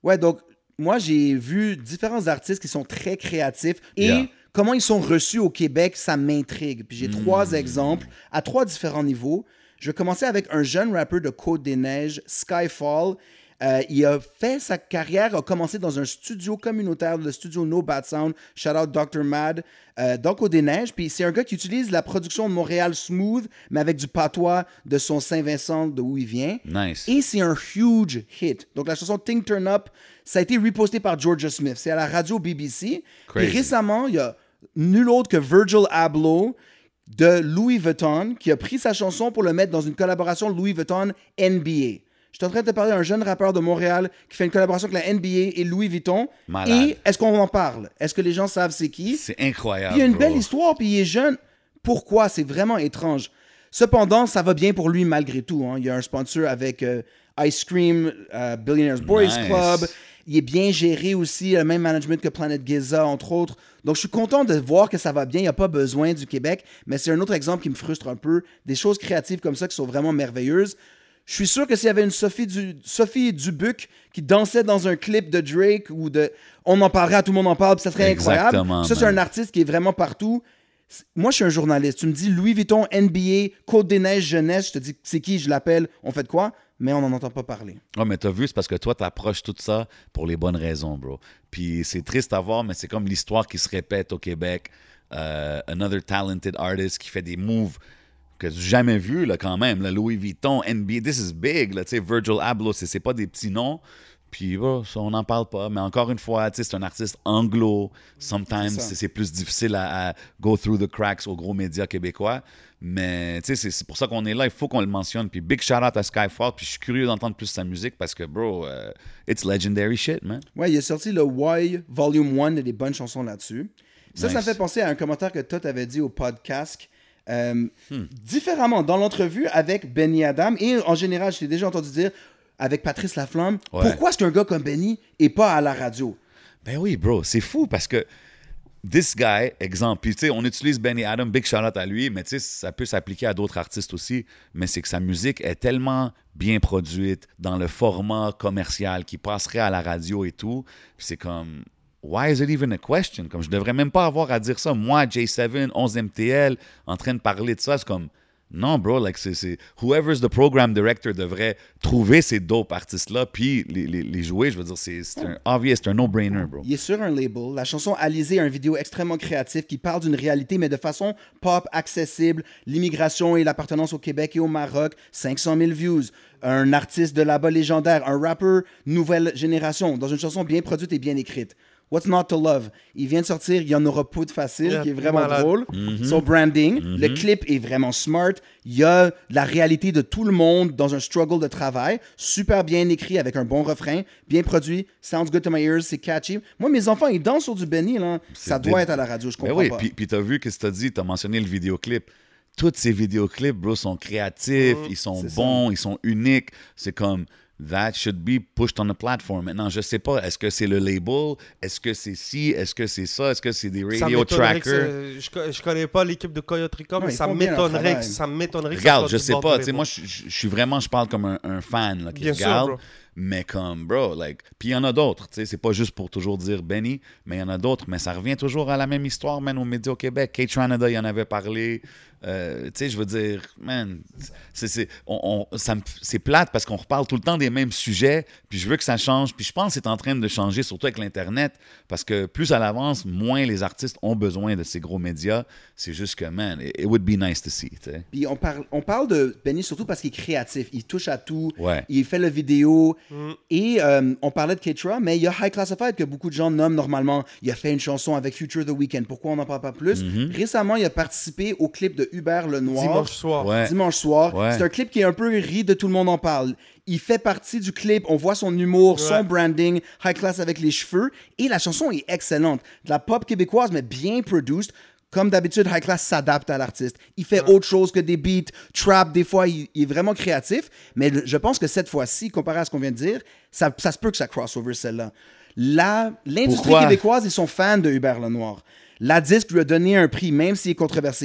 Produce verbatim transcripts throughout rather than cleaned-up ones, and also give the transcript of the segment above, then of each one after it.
Ouais, donc, moi, j'ai vu différents artistes qui sont très créatifs et Yeah. comment ils sont reçus au Québec, ça m'intrigue. Puis j'ai Mm. trois exemples à trois différents niveaux. Je vais commencer avec un jeune rappeur de Côte-des-Neiges, Skyfall. Euh, il a fait sa carrière, a commencé dans un studio communautaire, le studio No Bad Sound, shout out docteur Mad, euh, dans Côte-des-Neiges. Puis c'est un gars qui utilise la production de Montréal Smooth, mais avec du patois de son Saint-Vincent, de où il vient. Nice. Et c'est un huge hit. Donc la chanson Ting Turn Up, ça a été reposté par Georgia Smith. C'est à la radio B B C. Crazy. Et récemment, il y a nul autre que Virgil Abloh de Louis Vuitton qui a pris sa chanson pour le mettre dans une collaboration Louis Vuitton N B A. Je suis en train de te parler d'un jeune rappeur de Montréal qui fait une collaboration avec la N B A et Louis Vuitton. Malade. Et est-ce qu'on en parle? Est-ce que les gens savent c'est qui? C'est incroyable. Puis il y a une bro. belle histoire, puis il est jeune. Pourquoi? C'est vraiment étrange. Cependant, ça va bien pour lui malgré tout. Hein. Il y a un sponsor avec euh, Ice Cream, euh, Billionaires Boys Nice. Club. Il est bien géré aussi, le même management que Planet Giza, entre autres. Donc, je suis content de voir que ça va bien. Il n'y a pas besoin du Québec. Mais c'est un autre exemple qui me frustre un peu. Des choses créatives comme ça qui sont vraiment merveilleuses. Je suis sûr que s'il y avait une Sophie, du, Sophie Dubuc qui dansait dans un clip de Drake ou de... On en parlerait, tout le monde en parle, puis ça serait incroyable. Exactement, Ça, c'est man. un artiste qui est vraiment partout. C'est- Moi, je suis un journaliste. Tu me dis Louis Vuitton, N B A, Côte-des-Neiges, Jeunesse. Je te dis, c'est qui, je l'appelle, on fait de quoi? Mais on n'en entend pas parler. Ouais, mais t'as vu, c'est parce que toi, t'approches tout ça pour les bonnes raisons, bro. Puis c'est triste à voir, mais c'est comme l'histoire qui se répète au Québec. Euh, another talented artist qui fait des moves que j'ai jamais vu là, quand même. Là, Louis Vuitton, N B A, this is big. Là, tu sais, Virgil Abloh, c'est, c'est pas des petits noms. Puis bon, ça, on n'en parle pas. Mais encore une fois, tu sais, c'est un artiste anglo. Sometimes, C'est ça. c'est, c'est plus difficile à, à go through the cracks aux gros médias québécois. Mais tu sais, c'est, c'est pour ça qu'on est là. Il faut qu'on le mentionne. Puis big shout out à Skyfall. Puis je suis curieux d'entendre plus sa musique parce que, bro, euh, it's legendary shit, man. Ouais, il a sorti le Why Volume un, il y a des bonnes chansons là-dessus. Ça, ça me Nice. fait penser à un commentaire que toi, t'avais dit au podcast. Euh, Différemment, dans l'entrevue avec Benny Adam, et en général, je t'ai déjà entendu dire avec Patrice Laflamme, Ouais. pourquoi est-ce qu'un gars comme Benny est pas à la radio? Ben oui, bro, c'est fou parce que this guy, exemple, puis tu sais, on utilise Benny Adam, big shout out à lui, mais tu sais, ça peut s'appliquer à d'autres artistes aussi, mais c'est que sa musique est tellement bien produite dans le format commercial qui passerait à la radio et tout, puis c'est comme, why is it even a question? Comme je devrais même pas avoir à dire ça. Moi, J sept, onze M T L, en train de parler de ça, c'est comme, non, bro, like, c'est, c'est, whoever's the program director devrait trouver ces dope artistes-là, puis les, les, les jouer, je veux dire, c'est, c'est un obvious, c'est un no-brainer, bro. Il est sur un label. La chanson Alizé a une vidéo extrêmement créative qui parle d'une réalité, mais de façon pop, accessible. L'immigration et l'appartenance au Québec et au Maroc. cinq cent mille views. Un artiste de là-bas légendaire. Un rappeur nouvelle génération. Dans une chanson bien produite et bien écrite. What's Not to Love? Il vient de sortir Il y en aura pas de facile, Yeah, qui est vraiment malade. drôle. Mm-hmm. Son branding. Le clip est vraiment smart. Il y a la réalité de tout le monde dans un struggle de travail. Super bien écrit avec un bon refrain. Bien produit. Sounds good to my ears. C'est catchy. Moi, mes enfants, ils dansent sur du Benny. Là. Ça doit dé- être à la radio. Je Ben comprends oui, pas. puis, puis t'as vu qu'est-ce que t'as dit, t'as mentionné le vidéoclip. Tous ces vidéoclips, bro, sont créatifs, ils sont c'est bons, ils sont uniques. C'est comme, that should be pushed on the platform. Maintenant, je sais pas, est-ce que c'est le label? Est-ce que c'est ci? Est-ce que c'est ça? Est-ce que c'est des Ça radio m'étonnerait que trackers? c'est- je, co- je connais pas l'équipe de Coyote Records, Non, mais ils ça font bien leur m'étonnerait que travail. ça m'étonnerait que ça Regarde, soit je du sais bord pas, du tu sais, label. moi, je je- je suis vraiment, je parle comme un, un fan là, qui Bien sûr, regarde. bro. Mais comme, bro, like, puis il y en a d'autres, tu sais, c'est pas juste pour toujours dire Benny, mais il y en a d'autres, mais ça revient toujours à la même histoire, man, aux médias au Québec. Kate Ranada, il en avait parlé, euh, tu sais, je veux dire, man, c'est, c'est, on, on- ça me- c'est plate parce qu'on reparle tout le temps des mêmes sujets, puis je veux que ça change, puis je pense que c'est en train de changer, surtout avec l'Internet, parce que plus à l'avance, moins les artistes ont besoin de ces gros médias, c'est juste que, man, it, it would be nice to see, tu sais. Puis on parle, on parle de Benny surtout parce qu'il est créatif. Il touche à tout. Ouais. Il fait la vidéo. Et euh, on parlait de Ketra, mais il y a High Classified que beaucoup de gens nomment normalement. Il a fait une chanson avec Future The Weeknd. Pourquoi on n'en parle pas plus? Récemment, il a participé au clip de Hubert Lenoir. Dimanche soir. Ouais. Dimanche soir. Ouais. C'est un clip qui est un peu ri de Tout le monde en parle. Il fait partie du clip, on voit son humour, son Ouais. branding, high class avec les cheveux, et la chanson est excellente. De la pop québécoise, mais bien produced. Comme d'habitude, High Class s'adapte à l'artiste. Il fait autre chose que des beats, trap, des fois, il, il est vraiment créatif, mais le- je pense que cette fois-ci, comparé à ce qu'on vient de dire, ça, ça se peut que ça crossover celle-là. La- L'industrie Pourquoi? québécoise, ils sont fans de Hubert Lenoir. La disque lui a donné un prix, même s'il est controversé.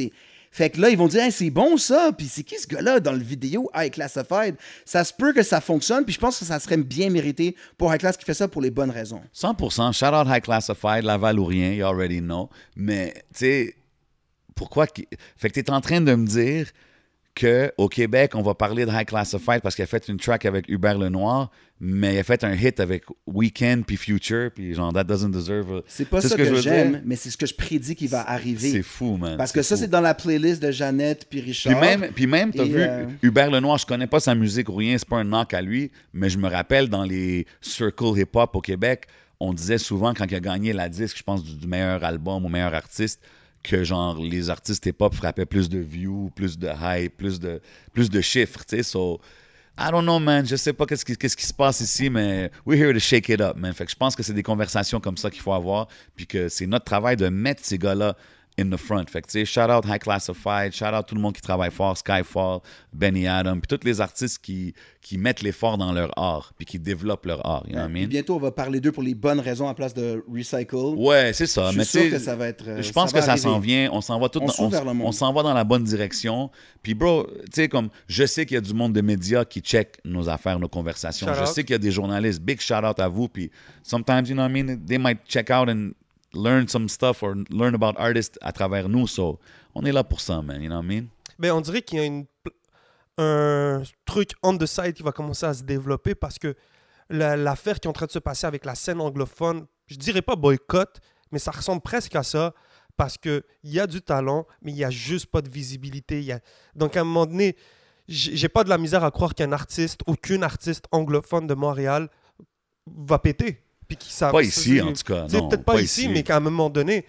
Fait que là, ils vont dire, hey, c'est bon ça. Puis c'est qui ce gars-là dans le vidéo High Classified? Ça se peut que ça fonctionne. Puis je pense que ça serait bien mérité pour High Class qui fait ça pour les bonnes raisons. cent pour cent. Shout out High Classified, Laval ou rien, you already know. Mais, tu sais, pourquoi. Qu'... Fait que tu es en train de me dire qu'au Québec, on va parler de High Classified parce qu'il a fait une track avec Hubert Lenoir, mais il a fait un hit avec Weeknd puis Future, puis genre, that doesn't deserve. A... C'est pas c'est ça ce que, que, que je veux dire? j'aime, mais c'est ce que je prédis qui va arriver. C'est fou, man. Parce c'est que ça, fou. c'est dans la playlist de Jeannette puis Richard. Puis même, puis même t'as Et, vu, euh... Hubert Lenoir, je connais pas sa musique ou rien, c'est pas un knock à lui, mais je me rappelle dans les circles hip-hop au Québec, on disait souvent quand il a gagné la disque, je pense, du, du meilleur album ou meilleur artiste, que genre les artistes hip-hop frappaient plus de views, plus de hype, plus de, plus de chiffres, tu sais. So, I don't know, man. Je sais pas qu'est-ce qui, qu'est-ce qui se passe ici, mais we're here to shake it up, man. Fait que je pense que c'est des conversations comme ça qu'il faut avoir, puis que c'est notre travail de mettre ces gars-là in the front. Fait que, tu sais, shout out High Classified, shout out tout le monde qui travaille fort, Skyfall, Benny Adam, puis tous les artistes qui, qui mettent l'effort dans leur art, puis qui développent leur art, you know what I Et mean? bientôt, on va parler d'eux pour les bonnes raisons en place de Recycle. Ouais, c'est ça. Je mais suis sûr tu sais, que ça va être. euh, je pense ça que va ça s'en arriver. vient. On s'en va tout On dans, s'ouvre vers le monde. on s'en va dans la bonne direction. Puis, bro, tu sais, comme je sais qu'il y a du monde de médias qui check nos affaires, nos conversations. Shout je out. sais qu'il y a des journalistes. Big shout out à vous. Puis, sometimes, you know what I mean, they might check out and learn some stuff or learn about artists à travers nous. So, on est là pour ça, man. You know what I mean? Ben, on dirait qu'il y a une, un truc on the side qui va commencer à se développer parce que la- l'affaire qui est en train de se passer avec la scène anglophone, je dirais pas boycott, mais ça ressemble presque à ça parce qu'il y a du talent, mais il n'y a juste pas de visibilité. Il y a... Donc, à un moment donné, j'ai j'ai pas de la misère à croire qu'un artiste, aucun artiste anglophone de Montréal va péter. Puis qui savent- Pas ici, c'est- en tout cas. c'est Non, peut-être pas, ici, mais qu'à un moment donné,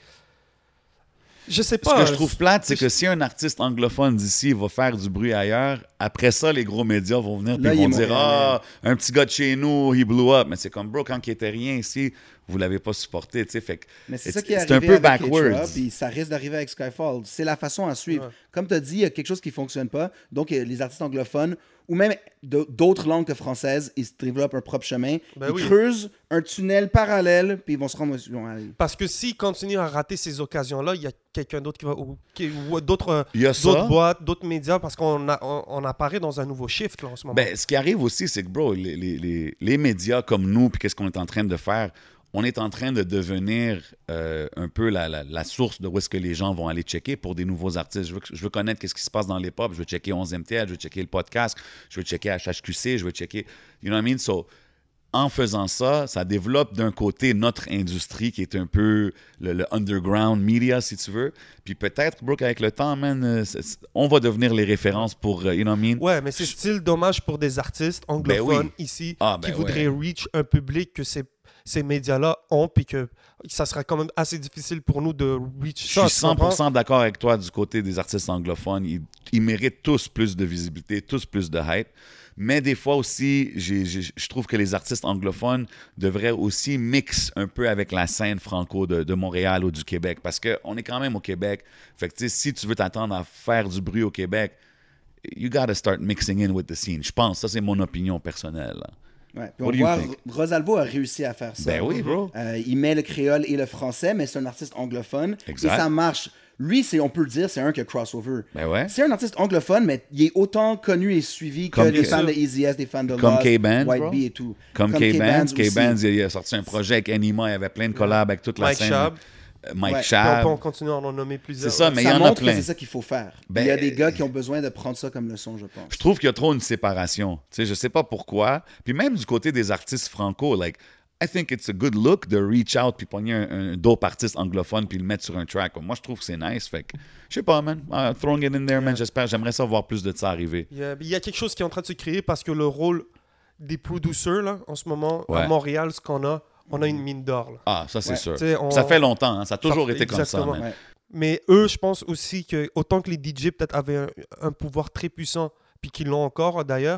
je sais Ce pas. que je trouve plate, c'est que si un artiste anglophone d'ici va faire du bruit ailleurs, après ça, les gros médias vont venir et Là, il vont est dire montréalais. Ah, un petit gars de chez nous, he blew up. Mais c'est comme, bro, quand il était rien ici, vous l'avez pas supporté. Tu sais, fait que Mais c'est it's- ça qui est c'est arrivé un peu avec backwards. Keitra, puis ça risque d'arriver avec Skyfall. C'est la façon à suivre. Ouais. Comme tu as dit, il y a quelque chose qui ne fonctionne pas. Donc, euh, les artistes anglophones, ou même de- d'autres langues que françaises, ils se développent un propre chemin. Ben ils oui. creusent un tunnel parallèle, puis ils vont se rendre... ils vont aller. Parce que s'il continue à rater ces occasions-là, il y a quelqu'un d'autre qui va. Ou, qui- ou d'autres Il y a d'autres ça. boîtes, d'autres médias, parce qu'on a- on, on apparaît dans un nouveau shift là, en ce moment. Ben, ce qui arrive aussi, c'est que, bro, les, les, les, les médias comme nous, puis qu'est-ce qu'on est en train de faire, on est en train de devenir euh, un peu la, la, la source de où est-ce que les gens vont aller checker pour des nouveaux artistes. Je veux, je veux connaître qu'est-ce qui se passe dans les pop, je veux checker onzième T L, je veux checker le podcast, je veux checker H H Q C, je veux checker... You know what I mean? So, en faisant ça, ça développe d'un côté notre industrie qui est un peu le, le underground media, si tu veux. Puis peut-être, bro, qu'avec le temps, man, euh, c'est- c'est- on va devenir les références pour, euh, you know what I mean? Ouais, mais c'est style dommage pour des artistes anglophones Ben oui. ici Ah, ben qui voudraient reach un public que ces, ces médias-là ont, puis que ça sera quand même assez difficile pour nous de reach Je ça. suis tu comprends? cent pour cent d'accord avec toi du côté des artistes anglophones. Ils, ils méritent tous plus de visibilité, tous plus de hype. Mais des fois aussi, j'ai- j'ai- je trouve que les artistes anglophones devraient aussi mixer un peu avec la scène franco de, de Montréal ou du Québec. Parce qu'on est quand même au Québec. Fait que, tu sais, si tu veux t'attendre à faire du bruit au Québec, you gotta start mixing in with the scene. Je pense, ça c'est mon opinion personnelle. là. Ouais. Puis What on do you voit, think? Rosalvo a réussi à faire ça. Ben oui, bro. Euh, il met le créole et le français, mais c'est un artiste anglophone. Exact. Et ça marche. Lui, c'est, on peut le dire, c'est un qui a crossover. Ben ouais. C'est un artiste anglophone, mais il est autant connu et suivi que Comme des K- fans de Easy S, des fans de Comme Lost, K-Bands, White bro. Bee et tout. Comme K-Bands. aussi. K-Bands, il a sorti un projet avec Anima. Il y avait plein de collabs avec toute la Mike scène. Schaab. Euh, Mike Ouais. Puis Schaab. on peut en continuer à en nommer plusieurs. C'est ça, mais il y ça en a montre que plein. c'est ça qu'il faut faire. Ben, il y a des gars qui ont besoin de prendre ça comme leçon, je pense. Je trouve qu'il y a trop une séparation. Tu sais, je sais pas pourquoi. Puis même du côté des artistes franco, like, I think it's a good look de reach out puis pogner un, un dope artiste anglophone puis le mettre sur un track. Moi, je trouve que c'est nice. Fait que, je sais pas, man. Uh, throwing it in there, man. J'espère, j'aimerais ça voir plus de ça arriver. Il y, a, il y a quelque chose qui est en train de se créer parce que le rôle des producers, là, en ce moment, Ouais. à Montréal, ce qu'on a, on a une mine d'or. là. Ah, ça, c'est Ouais. sûr. Tu sais, on- Ça fait longtemps. Hein. Ça a toujours Ça- été comme ça, exactement. man. Ouais. Mais eux, je pense aussi que autant que les D J peut-être avaient un, un pouvoir très puissant, puis qu'ils l'ont encore d'ailleurs,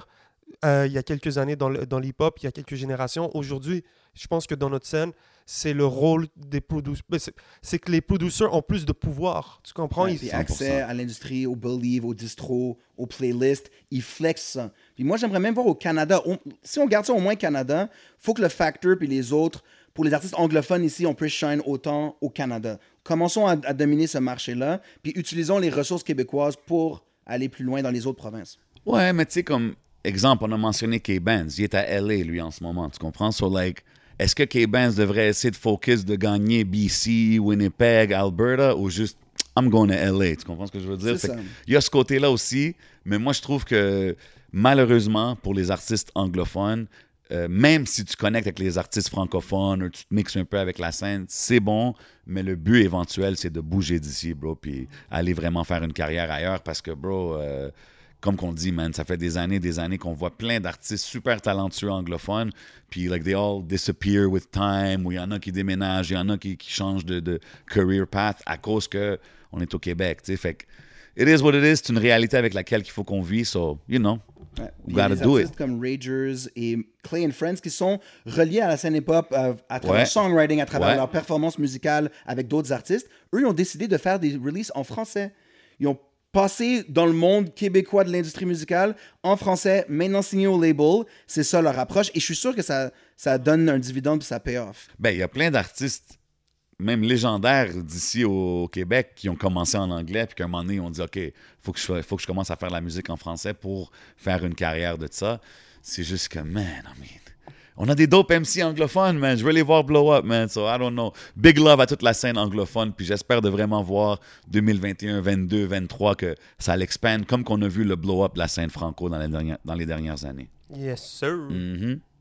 euh, il y a quelques années dans, le, dans l'hip-hop, il y a quelques générations. Aujourd'hui, je pense que dans notre scène, c'est le rôle des producers. C'est, c'est que les producers ont plus de pouvoir. Tu comprends? Ouais, Ils- puis cent pour cent. accès à l'industrie, au Believe, au distro, aux playlists, ils flexent ça. Puis moi, j'aimerais même voir au Canada, on- si on garde ça au moins Canada, faut que le Factor puis les autres, pour les artistes anglophones ici, on puisse shine autant au Canada. Commençons à, à dominer ce marché-là, puis utilisons les ressources québécoises pour aller plus loin dans les autres provinces. Ouais, mais tu sais, comme exemple, on a mentionné K-Benz. Il est à L A, lui, en ce moment. Tu comprends? So, like, est-ce que K-Benz devrait essayer de focus de gagner B C, Winnipeg, Alberta, ou juste I'm going to L A? Tu comprends ce que je veux dire? C'est Fait ça. que il y a ce côté-là aussi, mais moi, je trouve que malheureusement, pour les artistes anglophones, euh, même si tu connectes avec les artistes francophones ou tu te mixes un peu avec la scène, c'est bon, mais le but éventuel, c'est de bouger d'ici, bro, puis aller vraiment faire une carrière ailleurs parce que, bro, euh, comme qu'on dit, man, ça fait des années, des années qu'on voit plein d'artistes super talentueux anglophones, puis like they all disappear with time, ou il y en a qui déménagent, il y en a qui, qui changent de, de career path à cause que on est au Québec, tu sais, fait que it is what it is, c'est une réalité avec laquelle il faut qu'on vit, so, you know, Ouais. Puis we il y a gotta des do artistes it. comme Ragers et Clay and Friends qui sont reliés à la scène hip-hop euh, à travers Ouais. le songwriting, à travers Ouais. leur performance musicale avec d'autres artistes. Eux, ils ont décidé de faire des releases en français. Ils ont passé dans le monde québécois de l'industrie musicale en français, maintenant signé au label. C'est ça leur approche. Et je suis sûr que ça, ça donne un dividende puis ça paye off. Ben, il y a plein d'artistes, même légendaires d'ici au Québec, qui ont commencé en anglais, puis qu'à un moment donné, ils ont dit, OK, il faut, que je- faut que je commence à faire la musique en français pour faire une carrière de ça. C'est juste que, man, I mean, on a des dope M C anglophones, man. Je veux les voir blow up, man. So, I don't know. Big love à toute la scène anglophone, puis j'espère de vraiment voir deux mille vingt et un, vingt-deux, vingt-trois que ça l'expande, comme qu'on a vu le blow up de la scène franco dans les dernières, dans les dernières années. Yes, sir. Mhm.